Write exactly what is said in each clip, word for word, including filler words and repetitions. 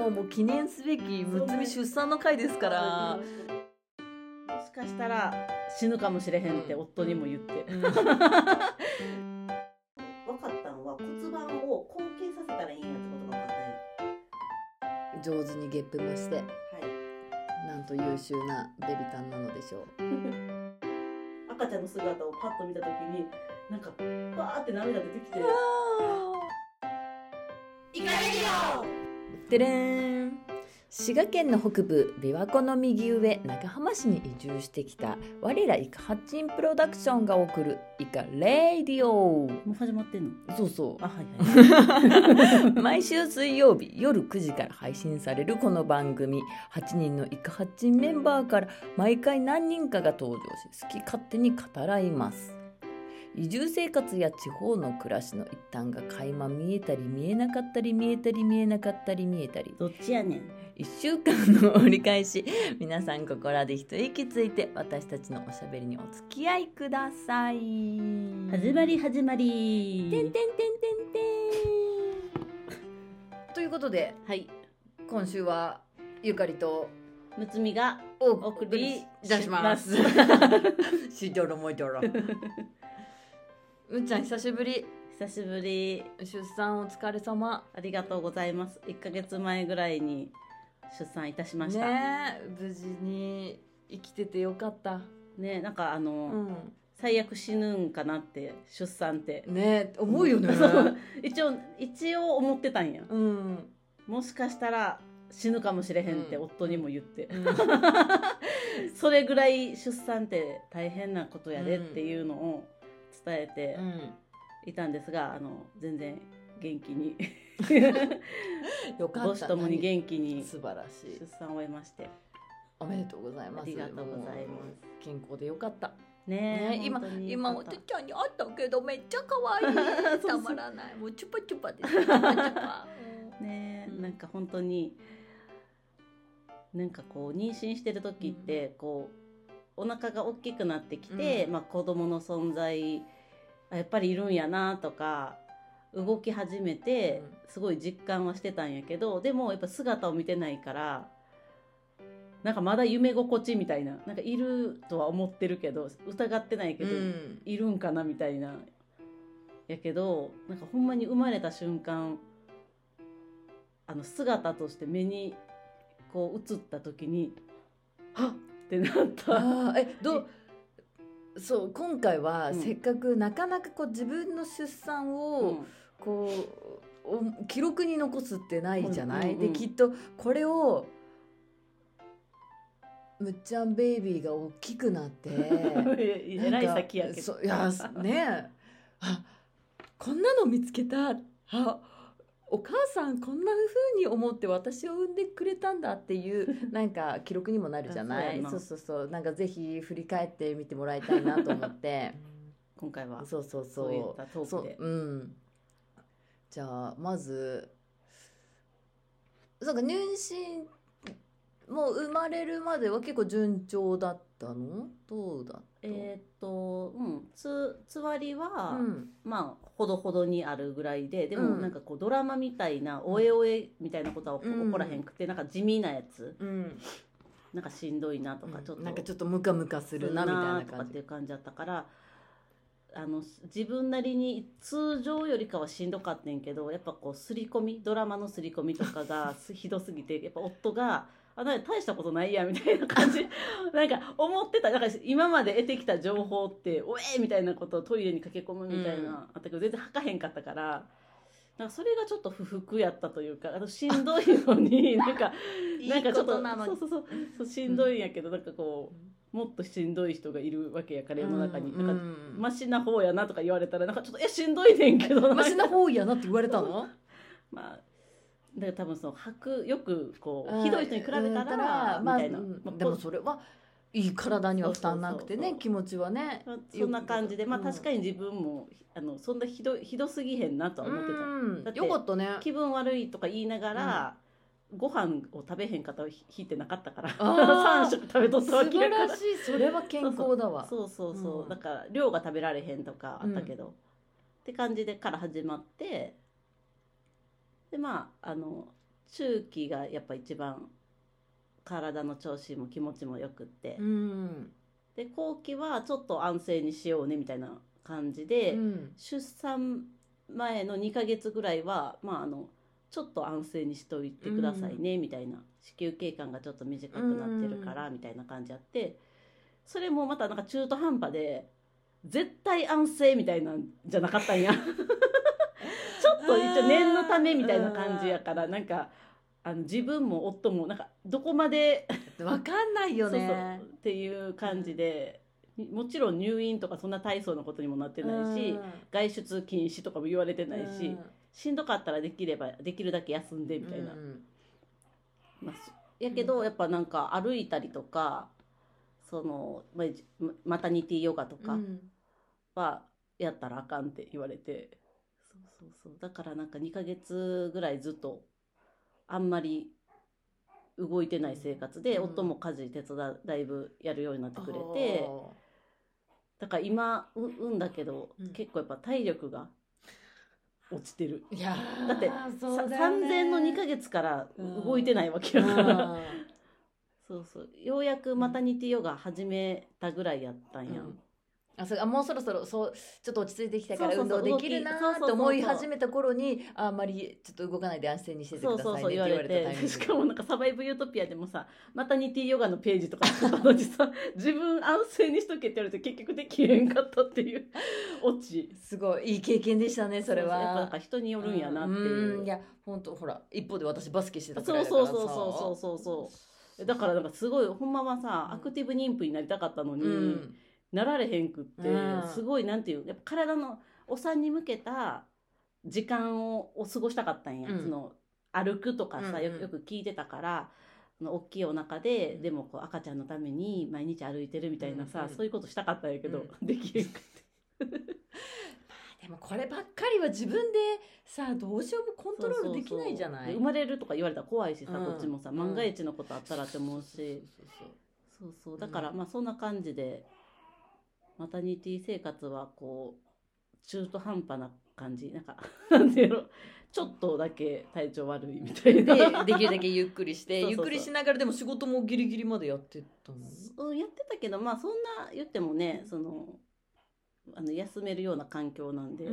ももう記念すべきむつみ出産の回ですから、 もしかしたら死ぬかもしれへんって夫にも言って、うんうん、分かったのは骨盤を後傾させたらいいんやってことが分かったよ。上手にゲップもして、はい、なんと優秀なベビタンなのでしょう。 赤ちゃんの姿をパッと見た時になんかバーって涙出てきて、いかれるよてれーん。滋賀県の北部琵琶湖の右上長浜市に移住してきた我らイカハッチンプロダクションが送るイカレイディオ。 もう始まってんの？ そうそう。 あ、はいはい、 毎週水曜日夜くじから配信されるこの番組、はちにんのイカハッチンメンバーから毎回何人かが登場し好き勝手に語らいます。移住生活や地方の暮らしの一端が垣間見えたり見えなかったり見えたり見えなかったり見えたり、 どっちやねん。 いっしゅうかんの折り返し、皆さんここらで一息ついて私たちのおしゃべりにお付き合いください。 始まり始まりてんてんてんてんてんということで、はい、今週はゆかりとむつみがお送り出しますしどろもどろむっちゃん久しぶり。 久しぶり。 出産お疲れ様。 ありがとうございます。いっかげつまえぐらいに出産いたしましたね。無事に生きててよかったね。なんかあの、うん、最悪死ぬんかなって出産ってね思うよね一応一応思ってたんや、 うん、 もしかしたら死ぬかもしれへんって夫にも言って、うん、それぐらい出産って大変なことやでっていうのを伝えていたんですが、あの全然元気によかった。 母子ともに元気に素晴らしい出産を終えまして、 おめでとうございます。 ありがとうございます。 健康でよかったね。 ね、今今おてっちゃんに会ったけどめっちゃ可愛いたまらない。もうチュパチュパですチュパチュパね、うん、なんか本当になんかこう妊娠してる時って、うん、こうお腹が大きくなってきて、うん、まあ、子供の存在やっぱりいるんやなとか動き始めてすごい実感はしてたんやけど、でもやっぱ姿を見てないからなんかまだ夢心地みたいな、なんかいるとは思ってるけど疑ってないけど、うん、いるんかなみたいなやけど、なんかほんまに生まれた瞬間あの姿として目にこう映った時にはっってなった。 あえどうそう今回はせっかくなかなかこう自分の出産をこう、うん、記録に残すってないじゃない、うんうんうん、できっとこれをむっちゃんベイビーが大きくなってえらい先やけど、 いやねあこんなの見つけた、あお母さんこんな風に思って私を産んでくれたんだっていうなんか記録にもなるじゃないそうそうそうなんかぜひ振り返ってみてもらいたいなと思って今回はそうそうそうそういったトークでう、うん、じゃあまずそうか妊娠もう生まれるまでは結構順調だったの？どうだった？ えー、っと、うん、つ、つわりは、うん、まあ、ほどほどにあるぐらいで、でもなんかこうドラマみたいな、おえおえみたいなことは起こらへんくて、うん、なんか地味なやつ、うん、なんかしんどいなとか、ちょっと、うん、 なんかちょっとムカムカするなみたいな感じとかっていう感じだったから、あの自分なりに通常よりかはしんどかったんけど、やっぱこう刷り込み、ドラマの刷り込みとかがひどすぎて、やっぱ夫があ大したことないやみたいな感じなんか思ってた。だから今まで得てきた情報っておえーみたいなことをトイレに駆け込むみたいな、うん、あったけど全然吐かへんかったから、なんかそれがちょっと不服やったというか、あとしんどいのになんかなんかちょっとそうそうそうそうしんどいんやけど、なんかこうもっとしんどい人がいるわけやから世の中に、うん、なんかマシな方やなとか言われたらなんかちょっとえしんどいねんけどマシな方やなって言われたのまあだから多分その吐くよくこうひどい人に比べたらみたいな、 まあ、でもそれはいい体には負担なくてね、気持ちはね、 まあ、そんな感じで、まあ、確かに自分もあのそんなひどひどすぎへんなとは思ってた、うん、だってよかったね。気分悪いとか言いながら、うん、ご飯を食べへん方を引いてなかったからさん食食べとったわけやから素晴らしい。それは健康だわ。 そうそうそうそう、うん、だから量が食べられへんとかあったけど、うん、って感じでから始まって、でまああの中期がやっぱ一番体の調子も気持ちもよくって、 うん、 で後期はちょっと安静にしようねみたいな感じで、 うん、 出産前のにかげつぐらいは、まあ、あのちょっと安静にしといてくださいねみたいな、子宮経過がちょっと短くなってるからみたいな感じあって、それもまたなんか中途半端で絶対安静みたいなんじゃなかったんやちょっと一応念のためみたいな感じやから、なんかあの自分も夫もなんかどこまで分かんないよねそうそうっていう感じで、もちろん入院とかそんな大層なことにもなってないし、 うん、 外出禁止とかも言われてないし、 うん、 しんどかったらできればできるだけ休んでみたいな、 うん、 まあ、やけどやっぱなんか歩いたりとか、そのまあマタニティヨガとかはやったらあかんって言われて、そうそうそう、だからなんかにかげつぐらいずっとあんまり動いてない生活で、 うん、 夫も家事手伝いだいぶやるようになってくれて、だから今う産んだけど、うん、結構やっぱ体力が落ちてる。 いやだってそうだよね、産前のにかげつから動いてないわけやから、うん、そうそう、ようやくマタニティヨガ始めたぐらいやったんや、うん、 あ、それあもうそろそろそうちょっと落ち着いてきたから運動できるなと思い始めた頃に、あんまりちょっと動かないで安静にしててくださいねって言われたタイミング。 しかもなんかサバイブユートピアでもさ、マタニティヨガのページとか作ったのにさ自分安静にしとけって言われて結局できへんかったっていうオチ。 すごいいい経験でしたねそれは。 そうそう、やっぱなんか人によるんやなっていう、 うん、いや本当ほら一方で私バスケしてたくらいだからさ。 そうそうそうそうそうそう、だからなんかすごいほんまはさ、アクティブ妊婦になりたかったのに、うん、なられへんくって、うん、すごいなんていう、やっぱ体のお産に向けた時間を過ごしたかったんや、うん、その歩くとかさ、よくよく聞いてたから、の大きいお腹で、うん、でもこう赤ちゃんのために毎日歩いてるみたいなさ、うん、そういうことしたかったんやけど、うん、できへんくってでもこればっかりは自分でさどうしようもコントロールできないじゃない。 そうそうそう、生まれるとか言われたら怖いしさ、うん、こっちもさ万が一のことあったらって思うし、そうそうそうそう、だからまあそんな感じでマタニティ生活はこう中途半端な感じ、なんかなんていうの、ちょっとだけ体調悪いみたいなでできるだけゆっくりしてそうそうそう、ゆっくりしながらでも仕事もギリギリまでやってたの。 うん、やってたけど、まあそんな言ってもね、そのあの休めるような環境なんで、うん、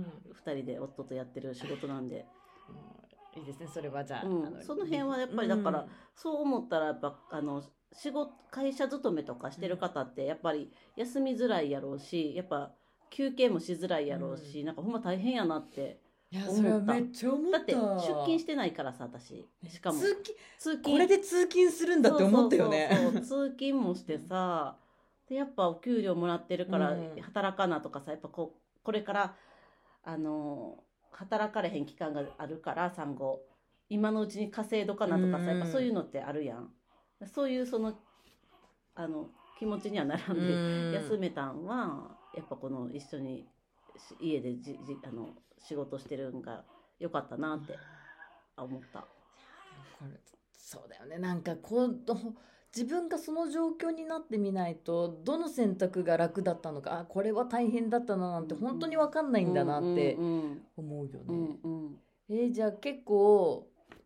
ふたりで夫とやってる仕事なんで、 うん、いいですねそれは。じゃあ、 うん、あのその辺はやっぱりだから、うん、そう思ったらやっぱあの仕事会社勤めとかしてる方ってやっぱり休みづらいやろうし、やっぱ休憩もしづらいやろうし、うん、なんかほんま大変やなって思った。いやそれはめっちゃ思った。だって出勤してないからさ私、しかも通勤通勤これで通勤するんだって思ったよね。 そうそうそうそう通勤もしてさでやっぱお給料もらってるから働かなとかさ、やっぱこうこれからあの働かれへん期間があるから産後今のうちに稼いどかなとかさ、やっぱそういうのってあるやん。そういうそのあの気持ちにはならんで休めたんはやっぱこの一緒に家でじじあの仕事してるんが良かったなって思った。これそうだよね、なんかこう自分がその状況になってみないとどの選択が楽だったのか、あこれは大変だったななんて本当に分かんないんだなって思うよね。うんうん、えー、じゃあ結構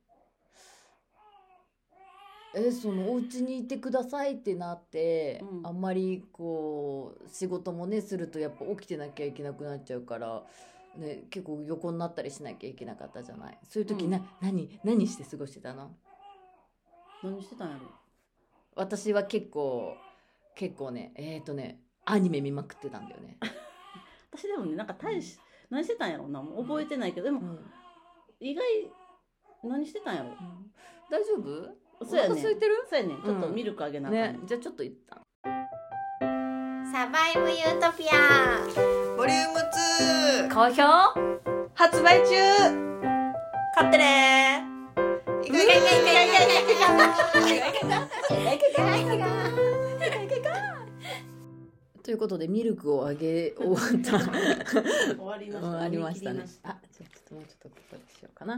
えそのお家にいてくださいってなって、うん、あんまりこう仕事もねするとやっぱ起きてなきゃいけなくなっちゃうから、ね、結構横になったりしなきゃいけなかったじゃない。そういう時、うん、な何何して過ごしてたの？ 何してたんやろ。 私は結構結構ねえっ、ー、とねアニメ見まくってたんだよね私でもねなんか大し、うん、何してたんやろうな、もう覚えてないけど、でも、うん、意外何してたんやろ、うん、 大丈夫？ そうやねん、 空いてる？ そうやねん、ちょっとミルクあげなあかん、ね、 じゃあちょっと一旦サバイブユートピアボリュームツー好評発売中。 買ってねー。いくいくいくいくいくいくということでミルクをあげ終わった終わりました。終わりましたね。あ、じゃあちょっともうちょっとここでしようかな。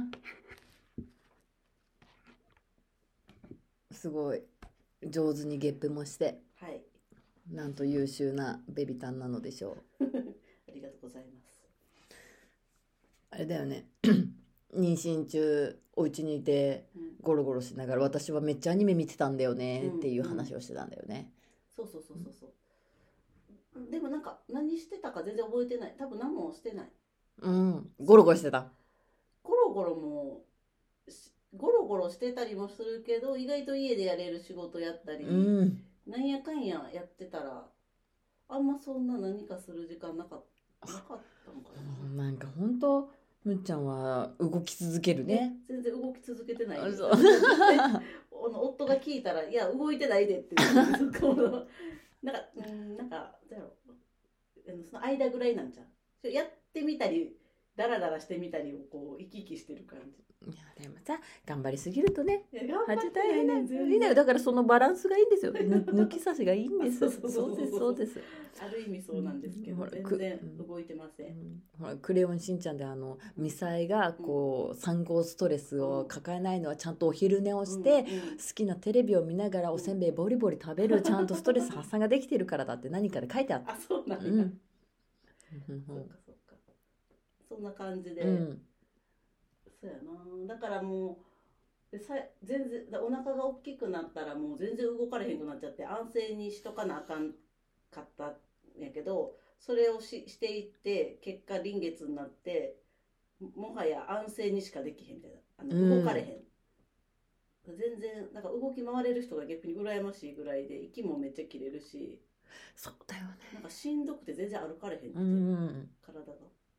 すごい上手にゲップもして、 はい、 なんと優秀なベビタンなのでしょうありがとうございます。 あれだよね妊娠中お家にいてうんゴロゴロしながら私はめっちゃアニメ見てたんだよねうんっていう話をしてたんだよね。 そうそうそうそうそうでもなんか何してたか全然覚えてない。多分何もしてない。 うん、ゴロゴロしてた。 ゴロゴロもしゴロゴロしてたりもするけど、意外と家でやれる仕事やったり、 うん、 なんやかんややってたらあんまそんな何かする時間なかったなかったのかな。 なんか本当むっちゃんは動き続けるね。 全然動き続けてない。 あそうあの夫が聞いたら「いや動いてないで」って言うそこのなんかうんなんかだろうあのその間ぐらいなんじゃん。やってみたりダラダラしてみたりをこう生き生きしてる感じ。 いやでもさ頑張りすぎるとねいや頑張って恥大変なんですよ。いいんだよ。 全然だからそのバランスがいいんですよ。ぬ抜き差しがいいんです。 そそううそうそうそうですそうです。 ある意味そうなんですけど、 うんほら全然動いてません。 うんほらクレヨンしんちゃんであのミサイがこう産後ストレスを抱えないのはちゃんとお昼寝をして、 うんうん好きなテレビを見ながらおせんべいボリボリ食べるちゃんとストレス発散ができてるからだって何かで書いてあった。 あそうなんだ、 うんうんそうかそうかそんな感じで、 うんそうやな。だからもうでさ全然だお腹が大きくなったらもう全然動かれへんくなっちゃって安静にしとかなあかんかったんやけど、それをししていって結果臨月になってもはや安静にしかできへんみたいな、あうんの動かれへん、全然なんか動き回れる人が逆に羨ましいぐらいで息もめっちゃ切れるし、 そうだよね。 なんかしんどくて全然歩かれへんって、 うん体が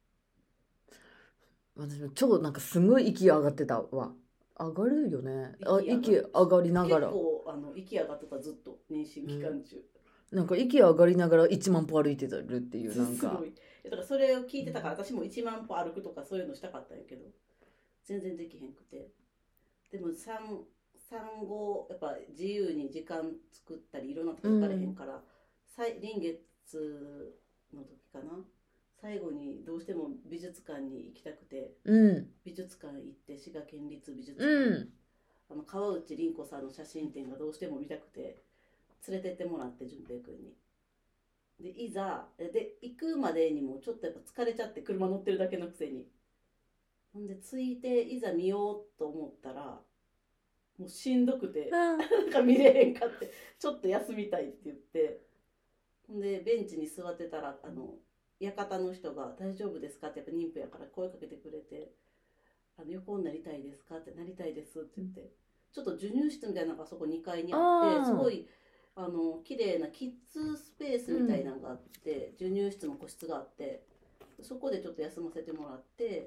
私も超なんかすごい息上がってたわ。上がるよね。あ息上が息上がりながら結構あの息上がってたずっと妊娠期間中、 なんか息上がりながらいちまん歩歩いてたるっていうなんかすごいだからそれを聞いてたから私もいちまん歩歩くとかそういうのしたかったんやけど全然できへんくて、でも産産後やっぱ自由に時間作ったりいろんなとこ行かれへんから、最臨月の時かな、最後にどうしても美術館に行きたくてうん美術館行って滋賀県立美術館、 うんあの川内凛子さんの写真展がどうしても見たくて連れてってもらって淳平君に。でいざで行くまでにもちょっとやっぱ疲れちゃって車乗ってるだけのくせに、ほんで着いていざ見ようと思ったらもうしんどくてなんか見れへんかってちょっと休みたいって言って、ほんでベンチに座ってたらあの館の人が「大丈夫ですか?」ってやっぱ妊婦やから声かけてくれて「あの横になりたいですか?」って「なりたいです」って言って、うん、ちょっと授乳室みたいなのがそこにかいにあってすごいあの綺麗なキッズスペースみたいなのがあって、うん、授乳室も個室があってそこでちょっと休ませてもらって、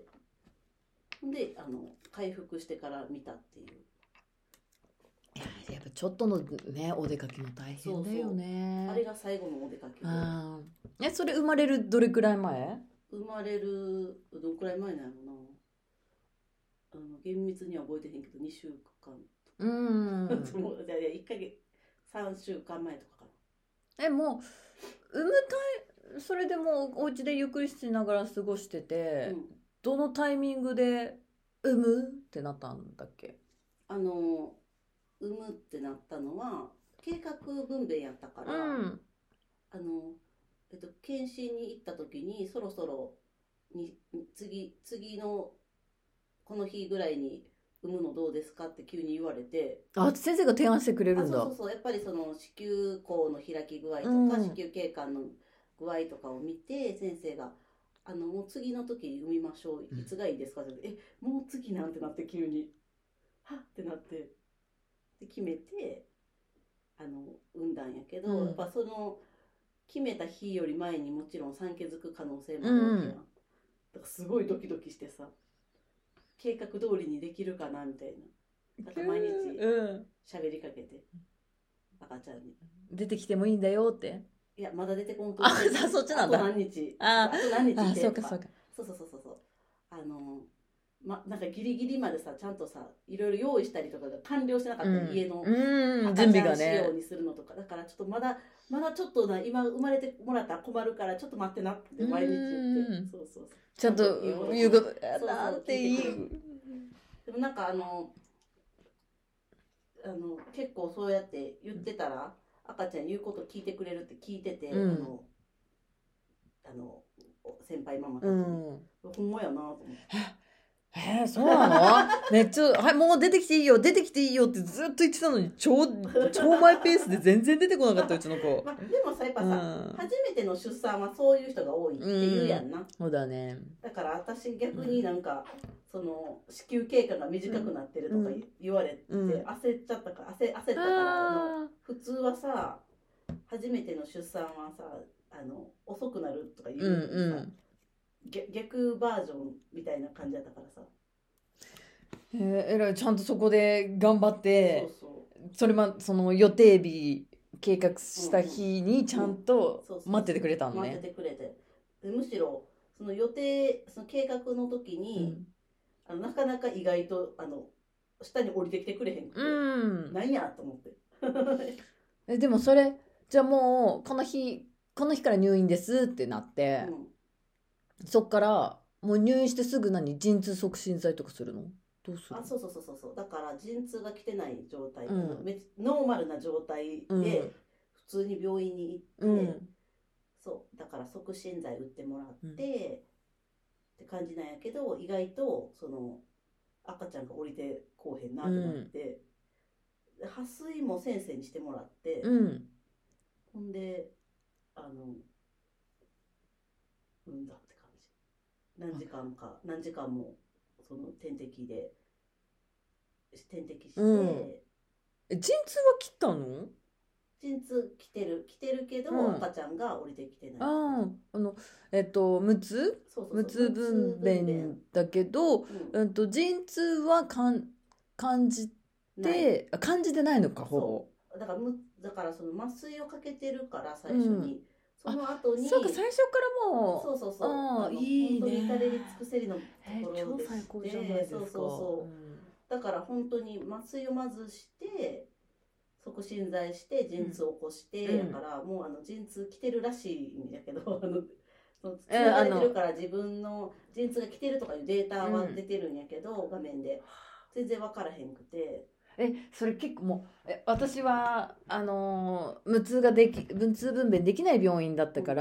であの回復してから見たっていう。 いややっぱちょっとのねお出かけも大変だよね。 そうそうあれが最後のお出かけで。 あえそれ生まれるどれくらい前？ 生まれるどのくらい前なのな、あの厳密には覚えてへんけどにしゅうかんうんいやいやいっかげつさんしゅうかんまえとかかな。 えもう産むタイそれでもうお家でゆっくりしながら過ごしてて、うん、どのタイミングで産むってなったんだっけ？ あの産むってなったのは計画分娩やったから、うん、あの、えっと、検診に行った時にそろそろに次次のこの日ぐらいに産むのどうですかって急に言われて、 あ先生が提案してくれるんだ。 あそうそうそうやっぱりその子宮口の開き具合とか、うん、子宮頸管の具合とかを見て先生があのもう次の時に産みましょういつがいいですかって言って、うん、えもう次なんてなって急にはっってなってで決めてあの産んだんやけど、うん、やっぱその決めた日より前にもちろん産気づく可能性もあるわけやん、うん、だからすごいドキドキしてさ計画通りにできるかなみたいな、だから毎日喋りかけて、うん、赤ちゃんに出てきてもいいんだよって。 いやまだ出てこんとあそっちなんだ。 あと何日ああと何日ってそうかそうかそうそうそうそうあのま、なんかギリギリまでさちゃんとさいろいろ用意したりとかが完了してなかった、うん、家の赤ちゃん仕様にするのとか、だからちょっとまだまだちょっとな今生まれてもらったら困るからちょっと待ってなって毎日言って、そうそうそうちゃんと言うことやだっていい。 でもなんかあのあの結構そうやって言ってたら赤ちゃん言うこと聞いてくれるって聞いてて、うん、あのあの先輩ママたちに、うん、ほんまやなと思って。 えー、そうなのめっちゃ、はい、もう出てきていいよ、出てきていいよってずっと言ってたのに、超、超マイペースで全然出てこなかった、うちの子。 まあ、でもさ、やっぱさ、 うん初めての出産はそういう人が多いって言うやんな。 そうだね。 だから私逆になんか、その子宮経過が短くなってるとか言われて、 うん焦っちゃったから焦焦ったからあの普通はさ初めての出産はさあの遅くなるとか言うのにさ、 うんうん逆逆バージョンみたいな感じだったからさ、 えー、えらいちゃんとそこで頑張ってそうそうそれまその予定日計画した日にちゃんと待っててくれたの待ってね。 てくれて、でむしろその予定その計画の時うに、 んあのなかなか意外とあの下に降りてきてくれへんくて、 うんなんやと思ってえでもそれじゃあもうこの日この日から入院ですってなって、 うん、 そっからもう入院してすぐ何陣痛促進剤とかするのどうするあそうそうそうそうそうだから陣痛が来てない状態、 うんめノーマルな状態うんで普通に病院に行って、 うんそうだから促進剤打ってもらって、うん、って感じなんやけど意外とその赤ちゃんが降りてこうへんなってなって、うん、破水も先生にしてもらって、 うん、 ほんであの産んだって感じ。何時間か何時間もその点滴で点滴して、うん、 陣痛は切ったの？ 陣痛来てる来てるけど、うん、赤ちゃんが降りてきてない。 ああのえっと無痛無痛分娩だけど、うんうんと陣痛はかん感じて感じてないのかほぼ。 だからむだからその麻酔をかけてるから最初に、うん、その後にそうか最初からもうそうそうそうああいいね本当に至れり尽くせりのところでして、 えー、超最高じゃないですか。 そうそうそう、うん、だから本当に麻酔をまずして促進剤して陣痛を起こして、うん、だからもうあの陣痛来てるらしいんだけどあのそのつながれてるから自分の陣痛が来てるとかいうデータは出てるんやけど、うん、画面で全然分からへんくてえそれ結構もうえ私はあのー、無痛ができ無痛分娩できない病院だったから、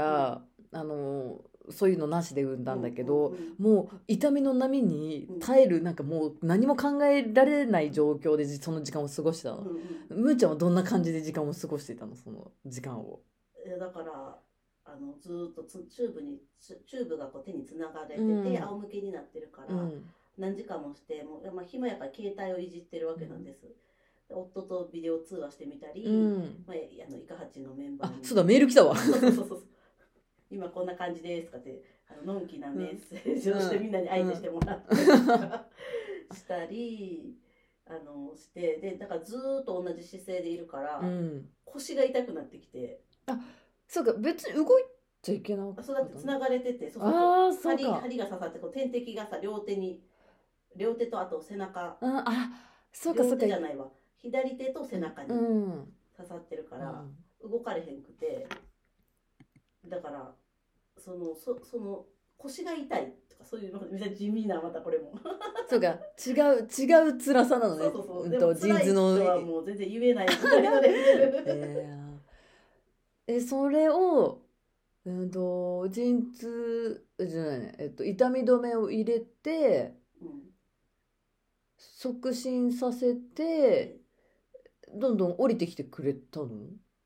うん、あのーそういうのなしで産んだんだけど、うんうんうん、もう痛みの波に耐えるなんかもう何も考えられない状況でその時間を過ごしてたの、うんうん、むーちゃんはどんな感じで時間を過ごしていたのその時間を。 だからあのずっとチューブにチューブがこう手につながれてて、うん、仰向けになってるから、うん、何時間もしてもう、まあ、暇やから携帯をいじってるわけなんです、うん、夫とビデオ通話してみたり、うんまあ、あのイカハチのメンバーにあそうだメール来たわそうそうそうそう今こんな感じですかってあののんきなメッセージをしてみんなに相手してもらって、うん、したりあのしてでだからずっと同じ姿勢でいるから、うん、腰が痛くなってきてあそうか別に動いちゃいけないそうだってつながれててそうそうあそう針針が刺さってこう点滴がさ両手に両手とあと背中ああそうかそうか両手じゃないわ左手と背中に刺さってるから、うん、動かれへんくてだからその そ, その腰が痛いとかそういうめっちゃ地味なまたこれもそうか違う違う辛さなのね。 そうそうそう、うん、 でも辛い人はもう全然言えないぐらいのレベルえー、えそれを、うんと、陣痛じゃないね、えっと、痛み止めを入れて、うん、促進させて、うん、どんどん降りてきてくれたの？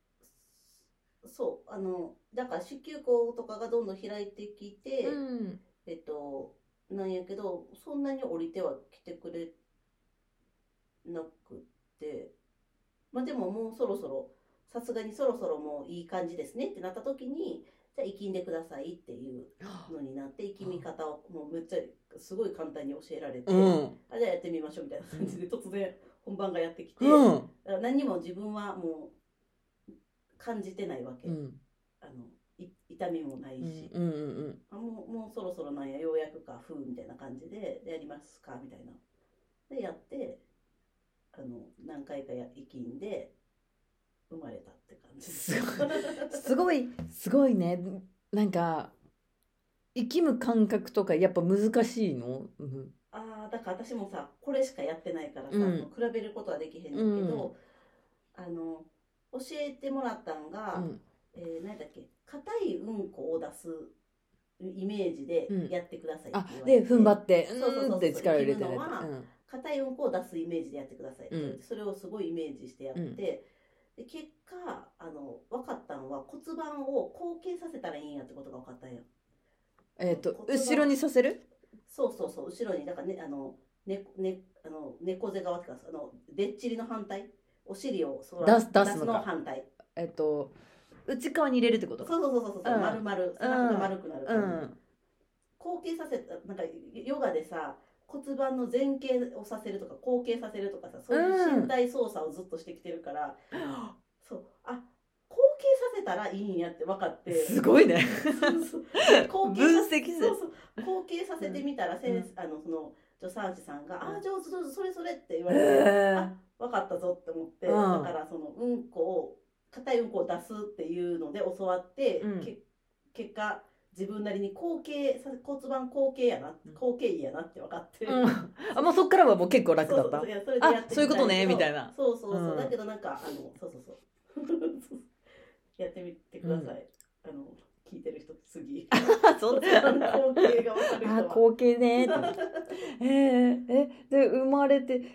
そうあのだから子宮口とかがどんどん開いてきて、うん、えっとなんやけどそんなに降りては来てくれなくて、まあでももうそろそろさすがにそろそろもういい感じですねってなった時にじゃあ生きんでくださいっていうのになって生き見方をもうめっちゃすごい簡単に教えられて、うん、あじゃあやってみましょうみたいな感じで突然本番がやってきて、うん、だから何も自分はもう感じてないわけ、うん、あの痛みもないし、うんうんうん、あもう、もうそろそろなんやようやくかふうみたいな感じでやりますかみたいなでやってあの何回かや生きんで生まれたって感じですすごいすごいねなんか生きむ感覚とかやっぱ難しいの、うん、 あだから私もさこれしかやってないからさ、うん、比べることはできへんねんけど、うん、あの教えてもらったんが、うんえー、何だっけ硬いうんこを出すイメージでやってくださいってあ言われて、 で踏ん張ってそうそうそうそううんって力を入れてね生きるのはうん硬いうんこを出すイメージでやってくださいって言われて、 うんそれをすごいイメージしてやって、 うんで結果あの分かったのは骨盤を後傾させたらいいんやってことが分かったんよ。 えっと骨盤後ろにさせるそうそうそう後ろにだからねあのねねあの猫背側っていうかあのでっちりの反対お尻をそら出す出すのか反対えっと内側に入れるってことかそうそうそうそうそう、 うん丸々背中が丸くなるう感じ、 ん後傾させたなんかヨガでさ骨盤の前傾をさせるとか後傾させるとかさそういう身体操作をずっとしてきてるから、そうあ後傾させたらいいんやって分かってすごいねそうそう後傾分させ析するそうそう後傾させてみたら、先生あのその助産師さんが「ああ上手上手それそれ」って言われて、 へあ分かったぞって思って、 うんだからそのうんこを硬いうんこを出すっていうので教わって、 うんけ結果自分なりに後傾さ骨盤後傾やな後傾位やなって分かって、 うんあもうそっからはもう結構楽だったそうそういやそれでやってみたんだけどあそういうことねみたいなそうそうそう、 うんだけどなんかあのそうそうそうやってみてください、あの聞いてる人次あそう骨盤後傾が分かる人はあ後傾ねーってえー、えで生まれて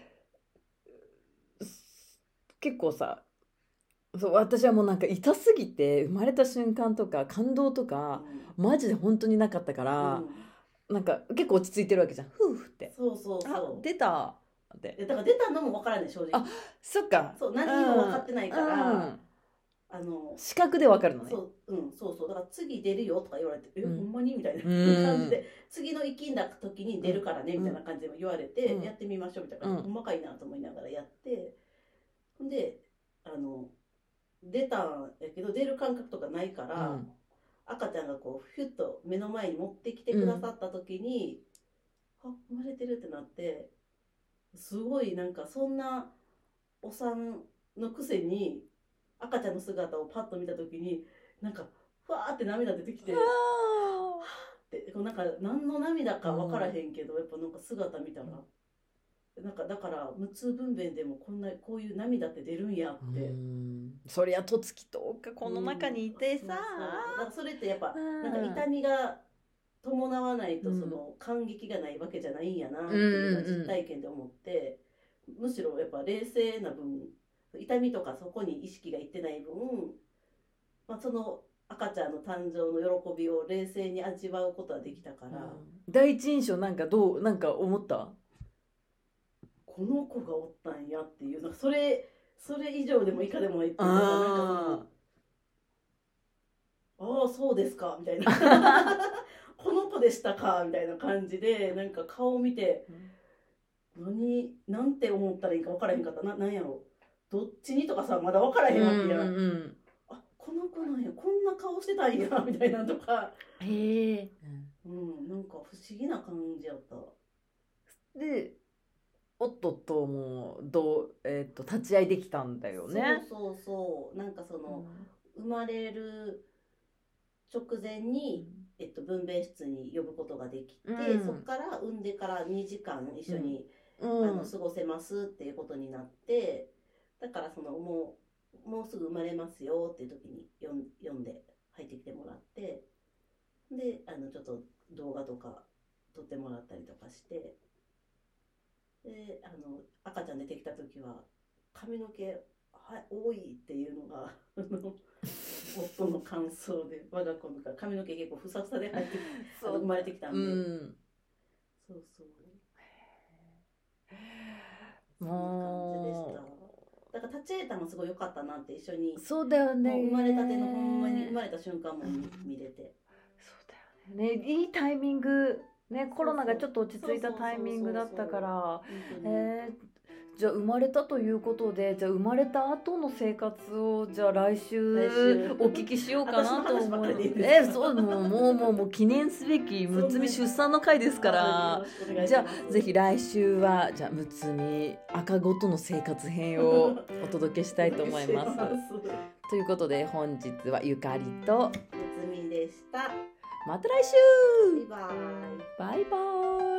結構さそう私はもうなんか痛すぎて生まれた瞬間とか感動とかマジで本当になかったかうら、 んなんか結構落ち着いてるわけじゃんふうってそうそうあそう出たってえだから出たのも分からない正直あそっかそう何も分かってないから、 うんあの視覚でわかるのねそううんそうそうだから次出るよとか言われて、えうんほんまにみたいなうん感じで次の生きんだ時に出るからねみたいな感じで言われて、 うんやってみましょうみたいな感じで、 うん細かいなと思いながらやってほんであの出たんやけど出る感覚とかないから、 うん赤ちゃんがこうフュッと目の前に持ってきてくださった時に、あ生まれてるってなってすごいなんかそんなお産のくせに赤ちゃんの姿をパッと見た時になんかふわーって涙出てきてでこうなんか何の涙か分からへんけど、やっぱなんか姿見たら、なんかだから無痛分娩でもこんなこういう涙って出るんやって。 うんそりゃとつきとおかこの中にいてさ、 うんそうそうだからそれってやっぱうんなんか痛みが伴わないとうんその感激がないわけじゃないんやなっていうのを実体験で思って、むしろやっぱ冷静な分痛みとかそこに意識がいってない分、まあ、その赤ちゃんの誕生の喜びを冷静に味わうことはできたから、 うん第一印象なんかどうなんか思ったこの子がおったんやっていうなんかそれそれ以上でも以下でもないっていうかなんかそのああそうですかみたいなこの子でしたかみたいな感じでなんか顔を見て何なんて思ったらいいか分からへんかったななんやろどっちにとかさまだ分からへんわけや、 うんうんあこの子なんやこんな顔してたんやみたいなとか、 へえうん、なんか不思議な感じやった。 でおっとっともうどう、えー、と立ち会いできたんだよねそうそうそうなんかその、生まれる直前に、えっと、分娩室に呼ぶことができて、 うんそこから産んでからにじかん一緒に、 うんあの過ごせますっていうことになってだからそのもうもうすぐ生まれますよっていう時に読ん読んで入ってきてもらってであのちょっと動画とか撮ってもらったりとかしてであの赤ちゃん出てきた時は髪の毛はい多いっていうのがあの夫の感想で我が子の髪の毛結構ふさふさで入ってあの生まれてきたんで、 うんそうそうそんな感じでした。だから立ち会えたのすごい良かったなって一緒にそうだよねもう生まれたてのほんまに生まれた瞬間も見見れてそうだよねいいタイミングねコロナがちょっと落ち着いたタイミングだったから本当にえー、じゃあ生まれたということでじゃあ生まれた後の生活をじゃあ来週来週お聞きしようかなと私の話ばっ思いますかりでいいですかえーそうもうもうもうもう記念すべきむつみ出産の回ですからじゃあぜひ来週はじゃあむつみ赤子との生活編をお届けしたいと思いますということで本日はゆかりとむつみでした。 また来週バイバイ。 バイバイ